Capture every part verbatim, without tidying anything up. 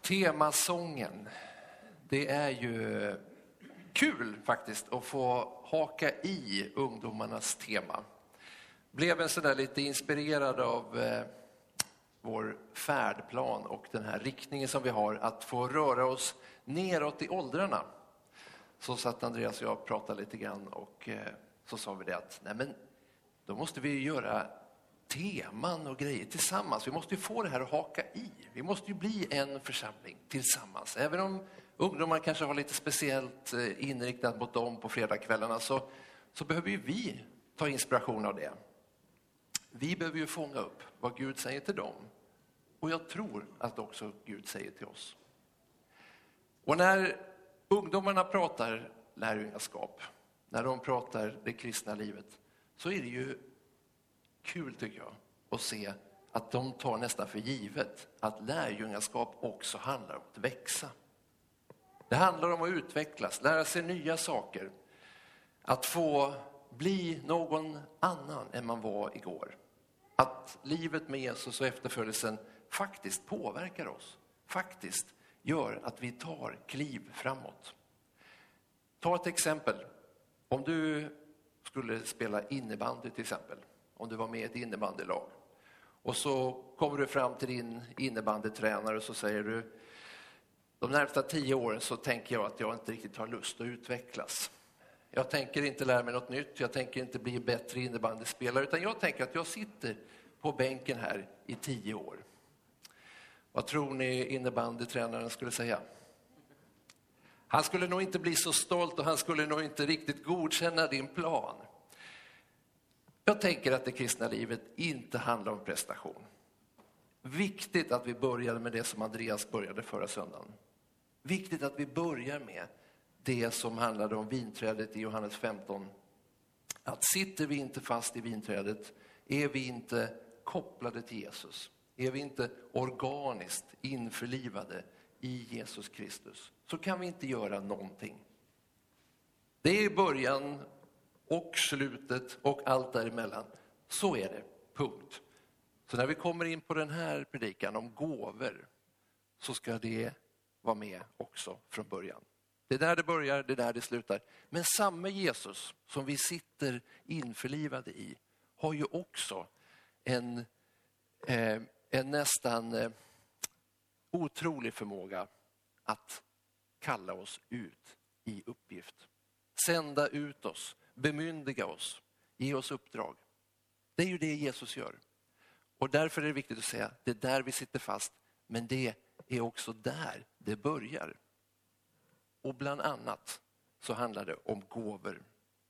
Temasången, det är ju kul faktiskt att få haka i ungdomarnas tema. Blev en sådär lite inspirerad av eh, vår färdplan och den här riktningen som vi har att få röra oss neråt i åldrarna. Så satt Andreas och jag pratade lite grann och eh, så sa vi det att nej men då måste vi göra teman och grejer tillsammans. Vi måste ju få det här att haka i. Vi måste ju bli en församling tillsammans. Även om ungdomar kanske har lite speciellt inriktat mot dem på fredagskvällarna så, så behöver ju vi ta inspiration av det. Vi behöver ju fånga upp vad Gud säger till dem. Och jag tror att också Gud säger till oss. Och när ungdomarna pratar lärjungaskap, när de pratar det kristna livet, så är det ju kul tycker jag att se att de tar nästan för givet att lärjungaskap också handlar om att växa. Det handlar om att utvecklas, lära sig nya saker. Att få bli någon annan än man var igår. Att livet med Jesus och efterföljelsen faktiskt påverkar oss. Faktiskt gör att vi tar kliv framåt. Ta ett exempel. Om du skulle spela innebandy till exempel. Om du var med i ett innebandylag. Och så kommer du fram till din innebandytränare och så säger du: de närmsta tio åren så tänker jag att jag inte riktigt har lust att utvecklas. Jag tänker inte lära mig något nytt. Jag tänker inte bli bättre innebandyspelare. Utan jag tänker att jag sitter på bänken här i tio år. Vad tror ni innebandytränaren skulle säga? Han skulle nog inte bli så stolt och han skulle nog inte riktigt godkänna din plan. Jag tänker att det kristna livet inte handlar om prestation. Viktigt att vi börjar med det som Andreas började förra söndagen. Viktigt att vi börjar med det som handlade om vinträdet i Johannes femton. Att sitter vi inte fast i vinträdet, är vi inte kopplade till Jesus. Är vi inte organiskt införlivade i Jesus Kristus, så kan vi inte göra någonting. Det är början och slutet och allt däremellan. Så är det, punkt. Så när vi kommer in på den här predikan om gåvor så ska det vara med också från början. Det är där det börjar, det är där det slutar. Men samma Jesus som vi sitter införlivade i har ju också en, eh, en nästan eh, otrolig förmåga att kalla oss ut i uppgift. Sända ut oss, bemyndiga oss, ge oss uppdrag. Det är ju det Jesus gör. Och därför är det viktigt att säga att det är där vi sitter fast. Men det är också där det börjar. Och bland annat så handlar det om gåvor.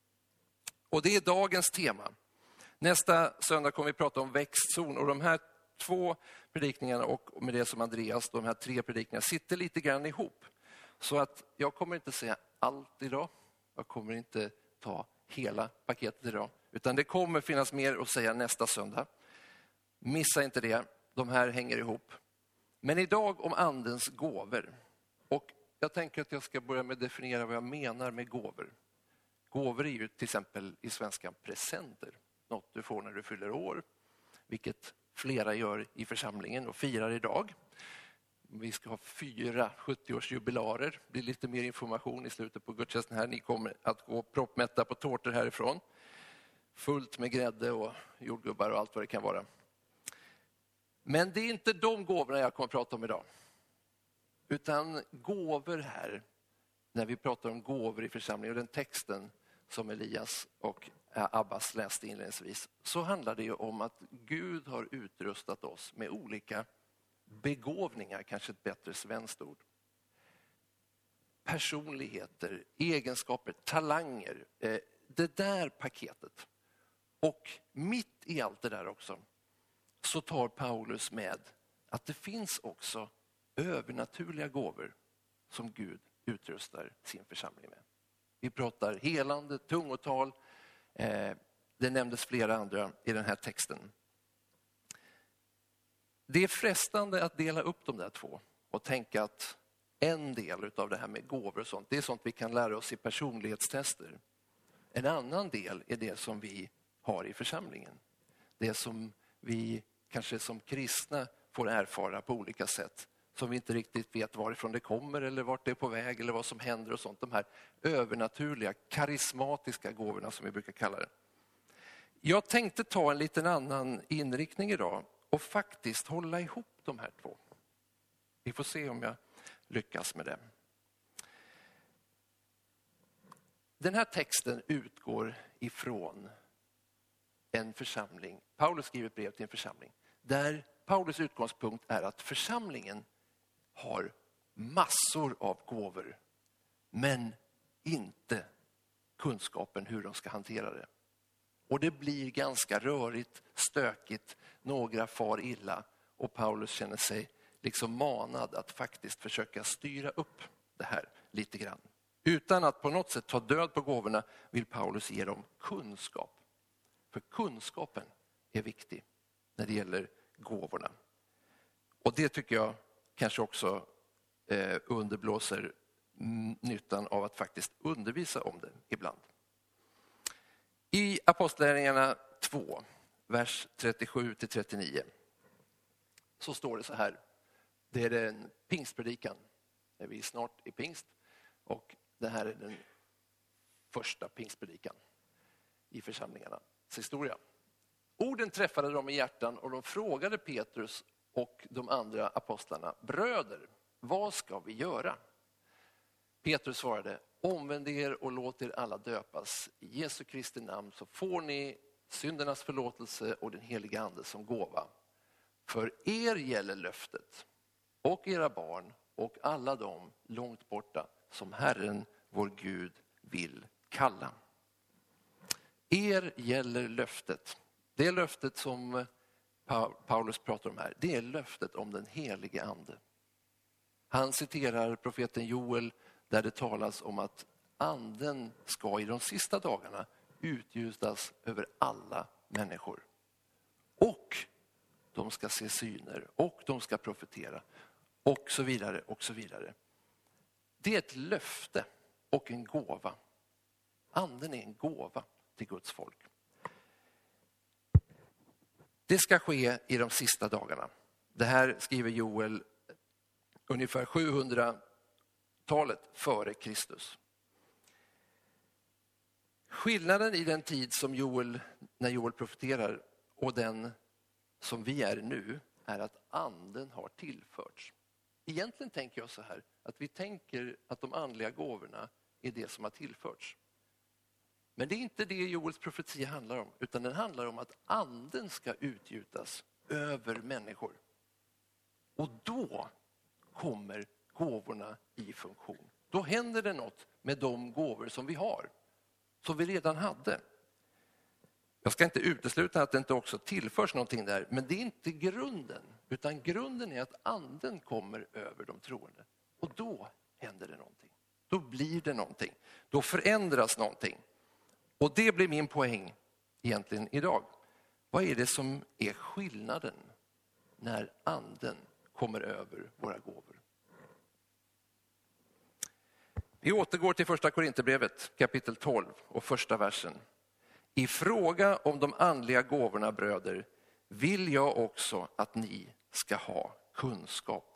Och det är dagens tema. Nästa söndag kommer vi prata om växtzon. Och de här två predikningarna och med det som Andreas, de här tre predikningarna sitter lite grann ihop. Så att jag kommer inte säga allt idag. Jag kommer inte ta hela paketet idag. Utan det kommer finnas mer att säga nästa söndag. Missa inte det. De här hänger ihop. Men idag om andens gåvor. Och jag tänker att jag ska börja med att definiera vad jag menar med gåvor. Gåvor är ju till exempel i svenskan presenter. Något du får när du fyller år. Vilket flera gör i församlingen och firar idag. Vi ska ha fyra sjuttio-årsjubilarer. Det blir lite mer information i slutet på gudstjänsten här. Ni kommer att gå proppmätta på tårtor härifrån. Fullt med grädde och jordgubbar och allt vad det kan vara. Men det är inte de gåvorna jag kommer att prata om idag. Utan gåvor här, när vi pratar om gåvor i församlingen och den texten som Elias och Abbas läste inledningsvis, så handlar det ju om att Gud har utrustat oss med olika begåvningar, kanske ett bättre svenskt ord. Personligheter, egenskaper, talanger, det där paketet. Och mitt i allt det där också så tar Paulus med att det finns också övernaturliga gåvor som Gud utrustar sin församling med. Vi pratar helande, tungotal. Eh, det nämndes flera andra i den här texten. Det är frestande att dela upp de där två och tänka att en del av det här med gåvor och sånt, det är sånt vi kan lära oss i personlighetstester. En annan del är det som vi har i församlingen. Det som vi kanske som kristna får erfara på olika sätt som vi inte riktigt vet varifrån det kommer eller vart det är på väg eller vad som händer och sånt. De här övernaturliga, karismatiska gåvorna som vi brukar kalla det. Jag tänkte ta en liten annan inriktning idag och faktiskt hålla ihop de här två. Vi får se om jag lyckas med det. Den här texten utgår ifrån en församling. Paulus skriver ett brev till en församling där Paulus utgångspunkt är att församlingen har massor av gåvor men inte kunskapen hur de ska hantera det. Och det blir ganska rörigt, stökigt, några far illa och Paulus känner sig liksom manad att faktiskt försöka styra upp det här lite grann. Utan att på något sätt ta död på gåvorna vill Paulus ge dem kunskap. För kunskapen är viktig när det gäller gåvorna. Och det tycker jag kanske också eh, underblåser nyttan av att faktiskt undervisa om det ibland. I Apostlagärningarna två, vers trettiosju till trettionio, så står det så här. Det är en pingstpredikan. Vi är snart i pingst och det här är den första pingstpredikan i församlingarnas historia. Orden träffade dem i hjärtan och de frågade Petrus och de andra apostlarna: bröder, vad ska vi göra? Petrus svarade: omvänd er och låt er alla döpas i Jesu Kristi namn, så får ni syndernas förlåtelse och den heliga ande som gåva. För er gäller löftet och era barn och alla de långt borta som Herren vår Gud vill kalla. Er gäller löftet. Det löftet som Paulus pratar om här, det är löftet om den helige ande. Han citerar profeten Joel där det talas om att anden ska i de sista dagarna utgjutas över alla människor. Och de ska se syner och de ska profetera och så vidare och så vidare. Det är ett löfte och en gåva. Anden är en gåva till Guds folk. Det ska ske i de sista dagarna. Det här skriver Joel ungefär sjuhundratalet före Kristus. Skillnaden i den tid som Joel, när Joel profeterar och den som vi är nu är att anden har tillförts. Egentligen tänker jag så här, att vi tänker att de andliga gåvorna är det som har tillförts. Men det är inte det Joels profetia handlar om, utan den handlar om att anden ska utgjutas över människor. Och då kommer gåvorna i funktion. Då händer det något med de gåvor som vi har, som vi redan hade. Jag ska inte utesluta att det inte också tillförs någonting där, men det är inte grunden, utan grunden är att anden kommer över de troende. Och då händer det någonting. Då blir det någonting. Då förändras någonting. Och det blir min poäng egentligen idag. Vad är det som är skillnaden när anden kommer över våra gåvor? Vi återgår till första Korinthierbrevet kapitel tolv och första versen. I fråga om de andliga gåvorna, bröder, vill jag också att ni ska ha kunskap.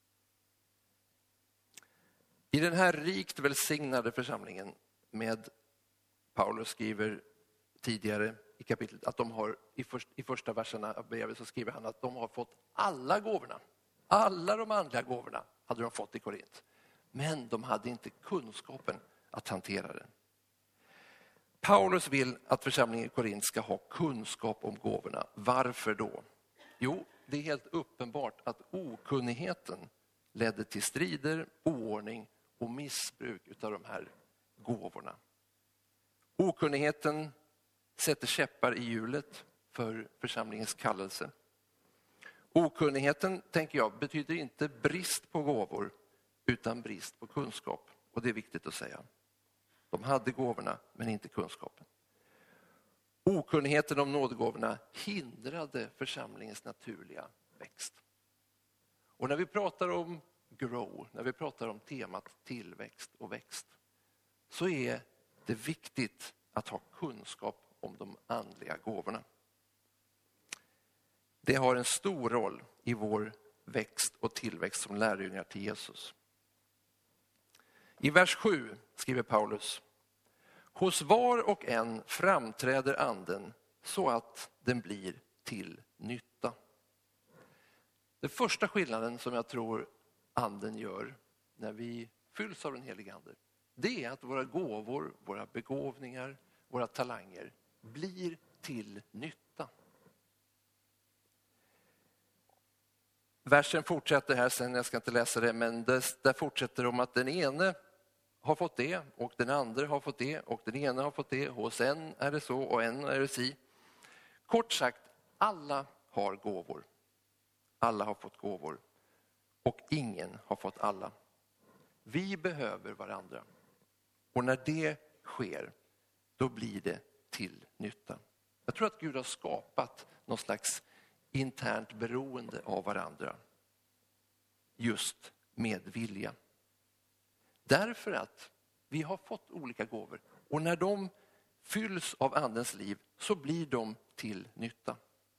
I den här rikt välsignade församlingen med Paulus skriver tidigare i kapitlet att de har i, först, i första verserna av brevet så skriver han att de har fått alla gåvorna. Alla de andliga gåvorna hade de fått i Korint. Men de hade inte kunskapen att hantera den. Paulus vill att församlingen i Korint ska ha kunskap om gåvorna. Varför då? Jo, det är helt uppenbart att okunnigheten ledde till strider, oordning och missbruk av de här gåvorna. Okunnigheten sätter käppar i hjulet för församlingens kallelse. Okunnigheten, tänker jag, betyder inte brist på gåvor utan brist på kunskap. Och det är viktigt att säga. De hade gåvorna men inte kunskapen. Okunnigheten om nådegåvorna hindrade församlingens naturliga växt. Och när vi pratar om grow, när vi pratar om temat tillväxt och växt, så är det viktigt att ha kunskap om de andliga gåvorna. Det har en stor roll i vår växt och tillväxt som lärjungar till Jesus. I vers sju skriver Paulus: hos var och en framträder anden så att den blir till nytta. Den första skillnaden som jag tror anden gör när vi fylls av den helige ande, det är att våra gåvor, våra begåvningar, våra talanger blir till nytta. Versen fortsätter här sen, jag ska inte läsa det, men det, där fortsätter om att den ene har fått det och den andra har fått det och den ena har fått det. Hos en är det så och en är det si. Kort sagt, alla har gåvor. Alla har fått gåvor och ingen har fått alla. Vi behöver varandra. Och när det sker, då blir det till nytta. Jag tror att Gud har skapat någon slags internt beroende av varandra. Just med vilja. Därför att vi har fått olika gåvor. Och när de fylls av andens liv så blir de till nytta.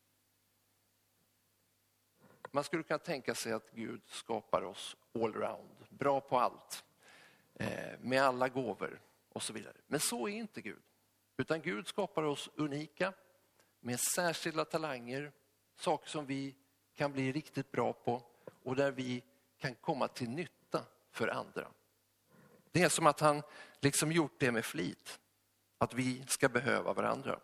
Man skulle kunna tänka sig att Gud skapar oss all around. Bra på allt. Eh, med alla gåvor och så vidare. Men så är inte Gud. Utan Gud skapar oss unika. Med särskilda talanger. Saker som vi kan bli riktigt bra på. Och där vi kan komma till nytta för andra. Det är som att han liksom gjort det med flit. Att vi ska behöva varandra.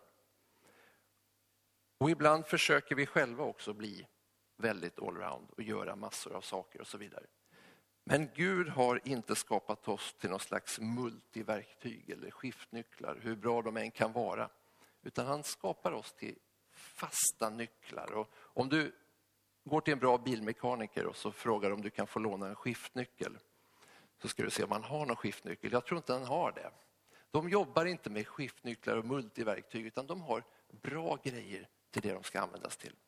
Och ibland försöker vi själva också bli väldigt allround och göra massor av saker och så vidare. Men Gud har inte skapat oss till någon slags multiverktyg eller skiftnycklar, hur bra de än kan vara. Utan han skapar oss till fasta nycklar. Och om du går till en bra bilmekaniker och så frågar om du kan få låna en skiftnyckel, så ska du se om han har någon skiftnyckel. Jag tror inte han har det. De jobbar inte med skiftnycklar och multiverktyg, utan de har bra grejer till det de ska användas till.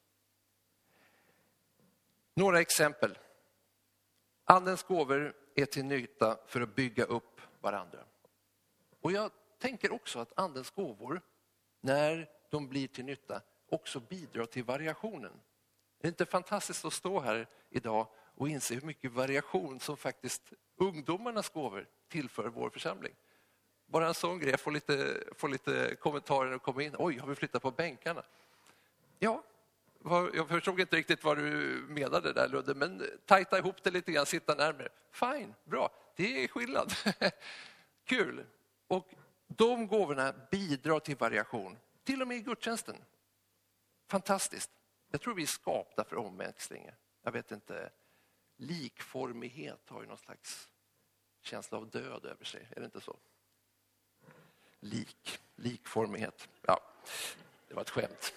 Några exempel. Andens gåvor är till nytta för att bygga upp varandra. Och jag tänker också att andens gåvor, när de blir till nytta, också bidrar till variationen. Det är inte fantastiskt att stå här idag och inse hur mycket variation som faktiskt ungdomarnas gåvor tillför vår församling. Bara en sån grej, få lite, få lite kommentarer och komma in. Oj, har vi flyttat på bänkarna? Ja, jag förstod inte riktigt vad du menade där, Ludde, men tajta ihop det lite grann, sitta närmare. Fine, bra, det är skillnad. Kul. Och de gåvorna bidrar till variation, till och med i gudstjänsten. Fantastiskt. Jag tror vi är skapta för omväxlingar. Jag vet inte, likformighet har ju någon slags känsla av död över sig, är det inte så? Lik, likformighet. Ja, det var ett skämt.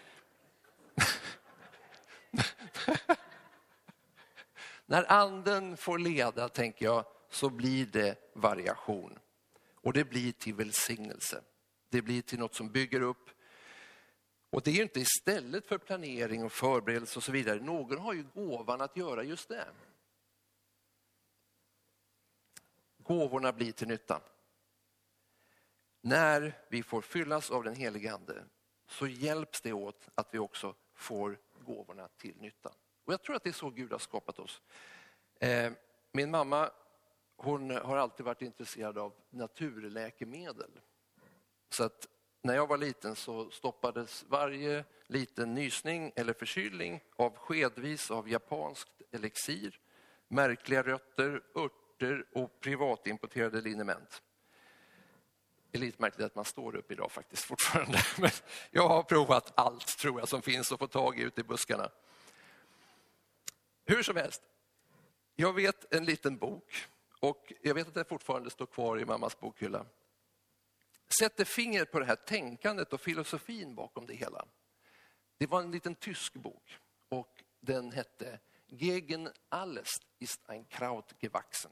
När anden får leda, tänker jag, så blir det variation. Och det blir till välsignelse. Det blir till något som bygger upp. Och det är ju inte istället för planering och förberedelse och så vidare. Någon har ju gåvan att göra just det. Gåvorna blir till nytta. När vi får fyllas av den helige ande så hjälps det åt att vi också får gåvorna till nytta. Och jag tror att det är så Gud har skapat oss. Eh, min mamma, hon har alltid varit intresserad av naturläkemedel. Så att när jag var liten så stoppades varje liten nysning eller förkylning av skedvis av japanskt elixir, märkliga rötter, örter och privatimporterade liniment. Det är lite märkligt att man står upp idag faktiskt fortfarande. Men jag har provat allt, tror jag, som finns att få tag i ute i buskarna. Hur som helst. Jag vet en liten bok. Och jag vet att det fortfarande står kvar i mammas bokhylla. Sätter finger på det här tänkandet och filosofin bakom det hela. Det var en liten tysk bok. Och den hette Gegen alles ist ein Kraut gewachsen.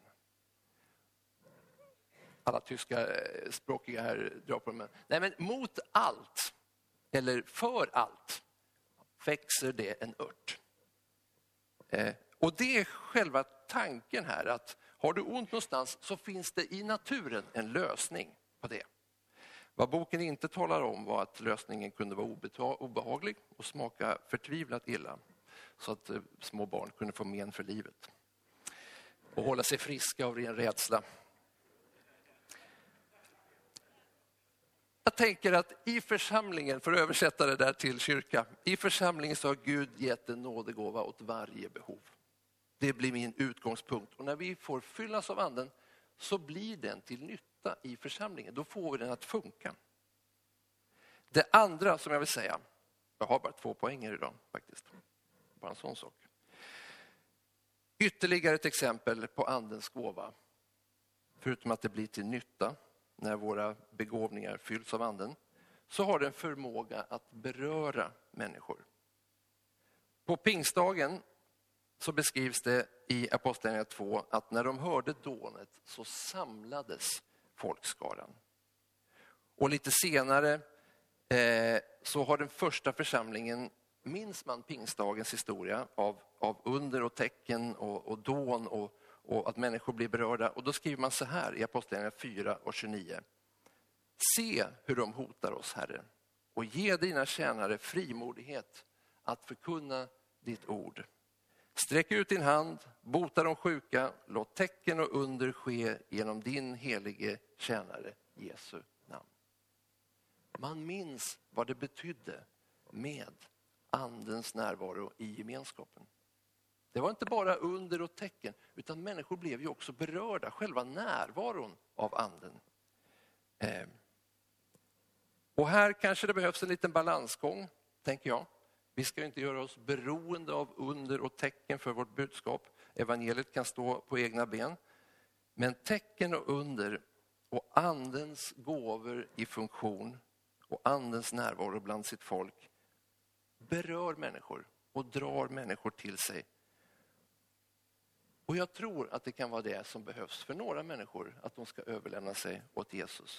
Alla tyska språkiga här drar på mig. Nej, men mot allt, eller för allt, växer det en ört. Eh, och det är själva tanken här, att har du ont någonstans så finns det i naturen en lösning på det. Vad boken inte talar om var att lösningen kunde vara obehaglig och smaka förtvivlat illa. så att eh, små barn kunde få men för livet. Och hålla sig friska av ren rädsla. Jag tänker att i församlingen, för att översätta det där till kyrka, i församlingen så har Gud gett en nådegåva åt varje behov. Det blir min utgångspunkt. Och när vi får fyllas av anden så blir den till nytta i församlingen. Då får vi den att funka. Det andra som jag vill säga, jag har bara två poänger idag faktiskt. Bara en sån sak. Ytterligare ett exempel på andens gåva. Förutom att det blir till nytta när våra begåvningar fylls av anden, så har den förmåga att beröra människor. På pingstdagen så beskrivs det i Apostlagärningarna två att när de hörde dånet så samlades folkskaran. Och lite senare eh, så har den första församlingen, minns man pingstdagens historia av, av under och tecken och, och dån och, och att människor blir berörda. Och då skriver man så här i Apostlagärningarna fyra och tjugonio. Se hur de hotar oss, Herre, och ge dina tjänare frimodighet att förkunna ditt ord. Sträck ut din hand, bota de sjuka, låt tecken och under ske genom din helige tjänare Jesu namn. Man minns vad det betydde med andens närvaro i gemenskapen. Det var inte bara under och tecken, utan människor blev ju också berörda, själva närvaron av anden. Eh. Och här kanske det behövs en liten balansgång, tänker jag. Vi ska inte göra oss beroende av under och tecken för vårt budskap. Evangeliet kan stå på egna ben. Men tecken och under och andens gåvor i funktion och andens närvaro bland sitt folk berör människor och drar människor till sig. Och jag tror att det kan vara det som behövs för några människor, att de ska överlämna sig åt Jesus.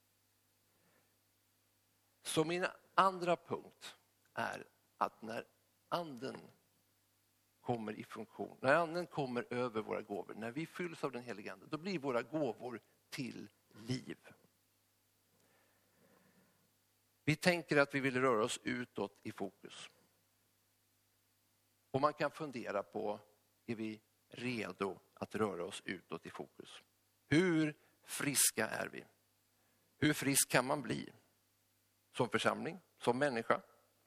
Så min andra punkt är att när anden kommer i funktion, när anden kommer över våra gåvor, när vi fylls av den helige ande, då blir våra gåvor till liv. Vi tänker att vi vill röra oss utåt i fokus. Och man kan fundera på, är vi redo att röra oss utåt i fokus? Hur friska är vi? Hur frisk kan man bli? Som församling, som människa?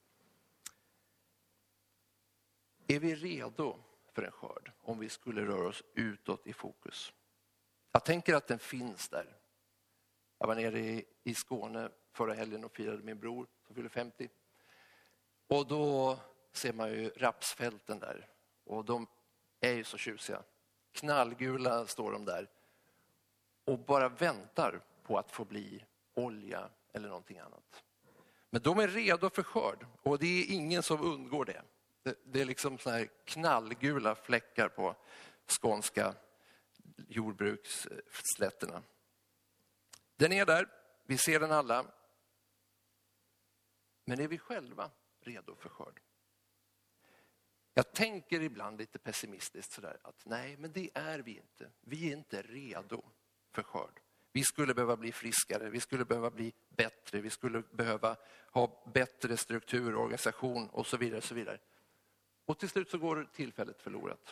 Är vi redo för en skörd om vi skulle röra oss utåt i fokus? Jag tänker att den finns där. Jag var nere i, i Skåne förra helgen och firade min bror som fyller femtio. Och då ser man ju rapsfälten där. Och de är ju så tjusiga. Knallgula står de där. Och bara väntar på att få bli olja eller någonting annat. Men de är redo för skörd. Och det är ingen som undgår det. Det, det är liksom så här knallgula fläckar på skånska jordbruksslätterna. Den är där. Vi ser den alla. Men är vi själva redo för skörd? Jag tänker ibland lite pessimistiskt sådär att nej, men det är vi inte. Vi är inte redo för skörd. Vi skulle behöva bli friskare, vi skulle behöva bli bättre, vi skulle behöva ha bättre struktur, organisation och så vidare. Så vidare. Och till slut så går tillfället förlorat.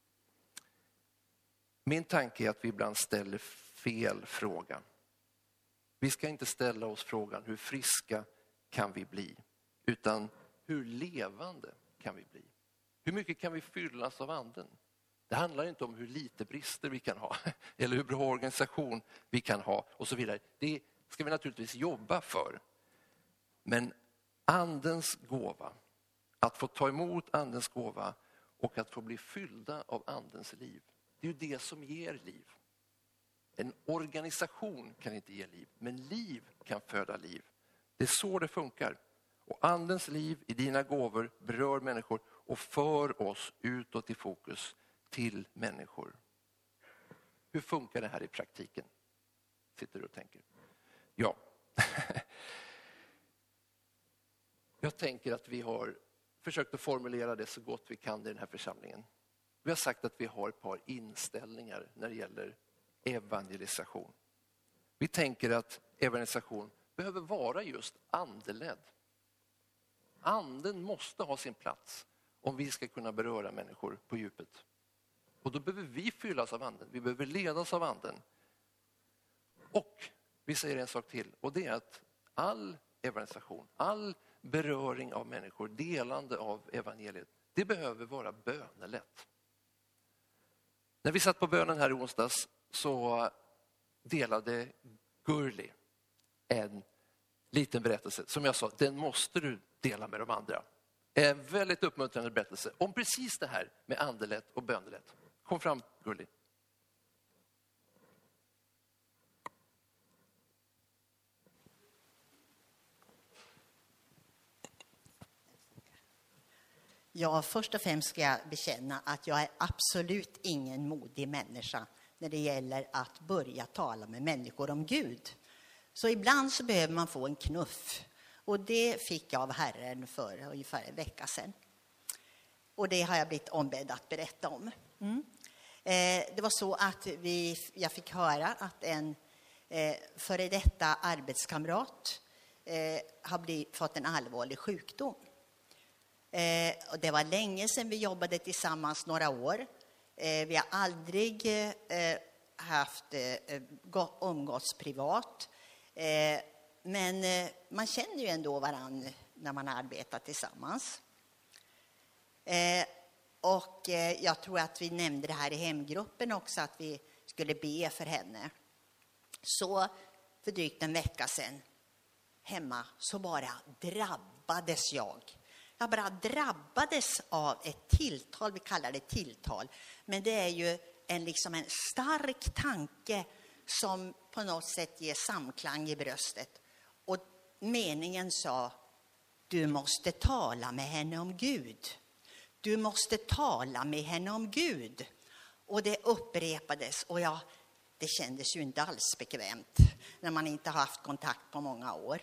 Min tanke är att vi ibland ställer fel fråga. Vi ska inte ställa oss frågan hur friska kan vi bli, utan hur levande kan vi bli? Hur mycket kan vi fyllas av anden? Det handlar inte om hur lite brister vi kan ha eller hur bra organisation vi kan ha och så vidare. Det ska vi naturligtvis jobba för. Men andens gåva, att få ta emot andens gåva och att få bli fyllda av andens liv, det är ju det som ger liv. En organisation kan inte ge liv, men liv kan föda liv. Det är så det funkar. Och andens liv i dina gåvor berör människor och för oss utåt i fokus till människor. Hur funkar det här i praktiken? Sitter du och tänker? Ja. Jag tänker att vi har försökt att formulera det så gott vi kan i den här församlingen. Vi har sagt att vi har ett par inställningar när det gäller evangelisation. Vi tänker att evangelisation behöver vara just andeledd. Anden måste ha sin plats om vi ska kunna beröra människor på djupet. Och då behöver vi fyllas av anden. Vi behöver ledas av anden. Och vi säger en sak till. Och det är att all evangelisation, all beröring av människor, delande av evangeliet, det behöver vara bönelätt. När vi satt på bönen här i onsdags så delade Gurli en liten berättelse. Som jag sa, den måste du dela med de andra. En väldigt uppmuntrande berättelse om precis det här med andelätt och bönelätt. Kom fram, Gurli. Ja, först och främst ska jag bekänna att jag är absolut ingen modig människa när det gäller att börja tala med människor om Gud. Så ibland så behöver man få en knuff. Och det fick jag av Herren för ungefär en vecka sedan. Och det har jag blivit ombedd att berätta om. Mm. Eh, det var så att vi, jag fick höra att en eh, före detta arbetskamrat eh, har blivit, fått en allvarlig sjukdom. Eh, och det var länge sedan vi jobbade tillsammans, några år. Eh, vi har aldrig eh, haft eh, umgåtts privat. Eh, men eh, man känner ju ändå varann när man arbetar tillsammans. Eh, och eh, jag tror att vi nämnde det här i hemgruppen också, att vi skulle be för henne. Så för drygt en vecka sedan hemma så bara drabbades jag. Jag bara drabbades av ett tilltal, vi kallar det tilltal. Men det är ju en, liksom en stark tanke som på något sätt ger samklang i bröstet. Och meningen sa, du måste tala med henne om Gud. Du måste tala med henne om Gud. Och det upprepades och jag, det kändes ju inte alls bekvämt när man inte har haft kontakt på många år.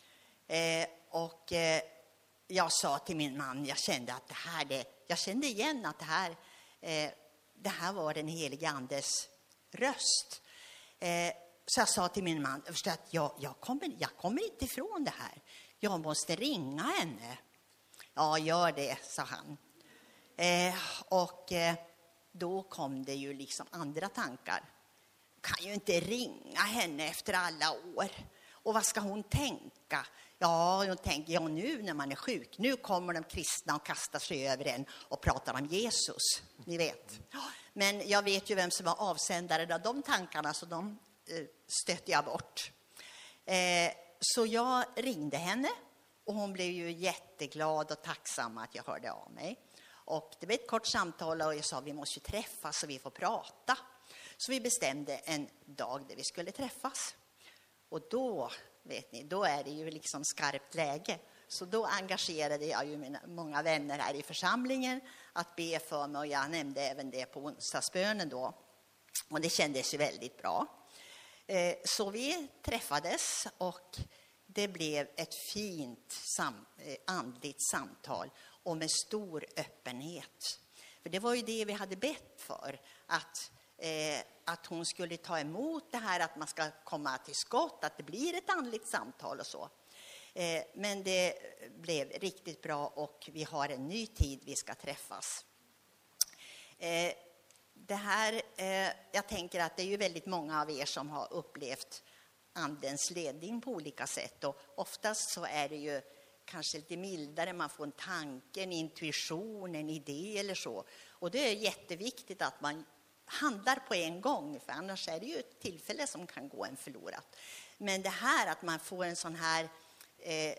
Eh, och... Eh, Jag sa till min man, jag kände att det här, det, jag kände igen att det här, eh, det här var den helige andes röst. Eh, så jag sa till min man, jag förstår att jag, jag, kommer, jag kommer inte ifrån det här. Jag måste ringa henne. Ja, gör det, sa han. Eh, och eh, då kom det ju liksom andra tankar. Kan ju inte ringa henne efter alla år. Och vad ska hon tänka? Ja, jag tänker, ja, nu när man är sjuk, nu kommer de kristna och kastar sig över en och pratar om Jesus, ni vet. Men jag vet ju vem som var avsändare av de tankarna, så de eh, stötte jag bort. Eh, så jag ringde henne och hon blev ju jätteglad och tacksam att jag hörde av mig. Och det var ett kort samtal och jag sa, vi måste ju träffas så vi får prata. Så vi bestämde en dag där vi skulle träffas. Och då, vet ni, då är det ju liksom skarpt läge. Så då engagerade jag ju mina många vänner här i församlingen att be för mig. Och jag nämnde även det på onsdagsbönen då. Och det kändes ju väldigt bra. Eh, så vi träffades och det blev ett fint sam- eh, andligt samtal. Och med stor öppenhet. För det var ju det vi hade bett för. Att... Eh, att hon skulle ta emot det här, att man ska komma till skott, att det blir ett andligt samtal och så. Eh, men det blev riktigt bra och vi har en ny tid vi ska träffas. Eh, det här, eh, jag tänker att det är ju väldigt många av er som har upplevt andens ledning på olika sätt. Och oftast så är det ju kanske lite mildare, man får en tanke, en intuition, en idé eller så. Och det är jätteviktigt att man handlar på en gång, för annars är det ju ett tillfälle som kan gå en förlorat. Men det här att man får en sån här eh,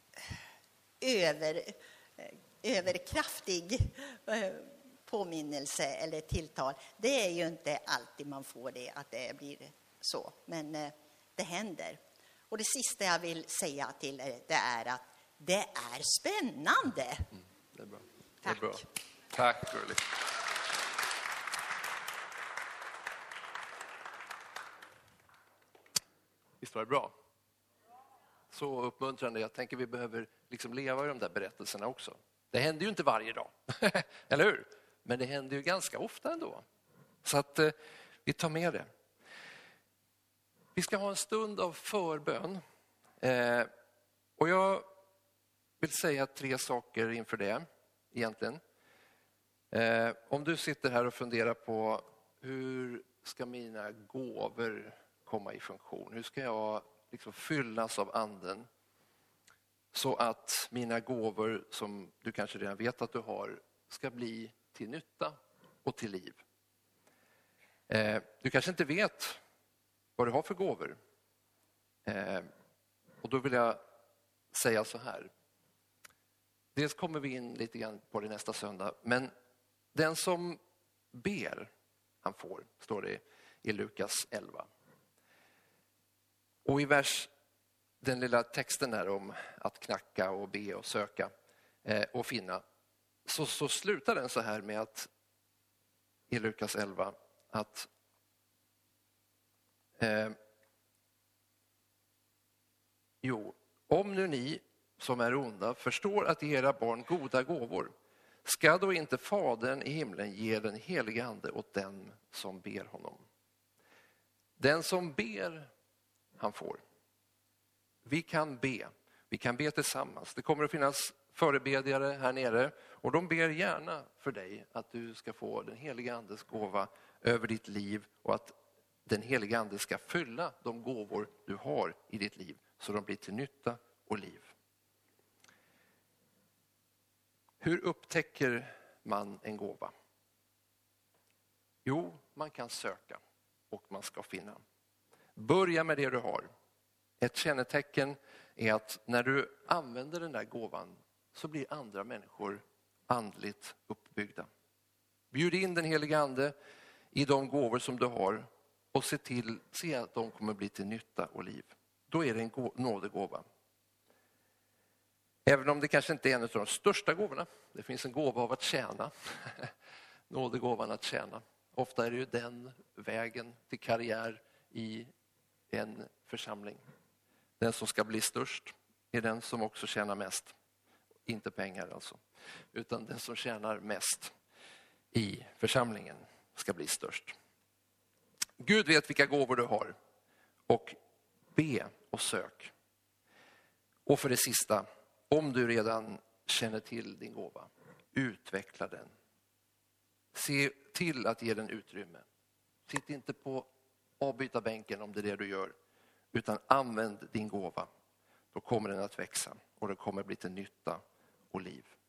över, eh, överkraftig eh, påminnelse eller tilltal, det är ju inte alltid man får det, att det blir så. Men eh, det händer. Och det sista jag vill säga till er, det är att det är spännande. Mm, det är bra. Tack. Det är bra. Tack, Gurli. Visst var det bra? Så uppmuntrande. Jag tänker vi behöver liksom leva i de där berättelserna också. Det händer ju inte varje dag, eller hur? Men det händer ju ganska ofta ändå. Så att eh, vi tar med det. Vi ska ha en stund av förbön. Eh, och jag vill säga tre saker inför det egentligen. Eh, om du sitter här och funderar på hur ska mina gåvor komma i funktion? Hur ska jag liksom fyllas av anden så att mina gåvor, som du kanske redan vet att du har, ska bli till nytta och till liv? Eh, du kanske inte vet vad du har för gåvor. Eh, och då vill jag säga så här. Dels kommer vi in lite grann på det nästa söndag, men den som ber, han får, står det i Lukas elva. Och i vers, den lilla texten där om att knacka och be och söka eh, och finna, så, så slutar den så här med att i Lukas elva att eh, jo, om nu ni som är onda förstår att ge era barn goda gåvor, ska då inte Fadern i himlen ge den helige ande åt den som ber honom? Den som ber, han får. Vi kan be. Vi kan be tillsammans. Det kommer att finnas förebedjare här nere och de ber gärna för dig att du ska få den helige andes gåva över ditt liv och att den helige ande ska fylla de gåvor du har i ditt liv så de blir till nytta och liv. Hur upptäcker man en gåva? Jo, man kan söka och man ska finna. Börja med det du har. Ett kännetecken är att när du använder den där gåvan så blir andra människor andligt uppbyggda. Bjud in den helige ande i de gåvor som du har och se till se att de kommer bli till nytta och liv. Då är det en nådegåva. Även om det kanske inte är en av de största gåvorna. Det finns en gåva av att tjäna. Nådegåvan att tjäna. Ofta är det ju den vägen till karriär i en församling. Den som ska bli störst är den som också tjänar mest. Inte pengar alltså. Utan den som tjänar mest i församlingen ska bli störst. Gud vet vilka gåvor du har. Och be och sök. Och för det sista, om du redan känner till din gåva, utveckla den. Se till att ge den utrymme. Sitt inte på avbytarbänken om det är det du gör, utan använd din gåva. Då kommer den att växa och det kommer bli till nytta och liv.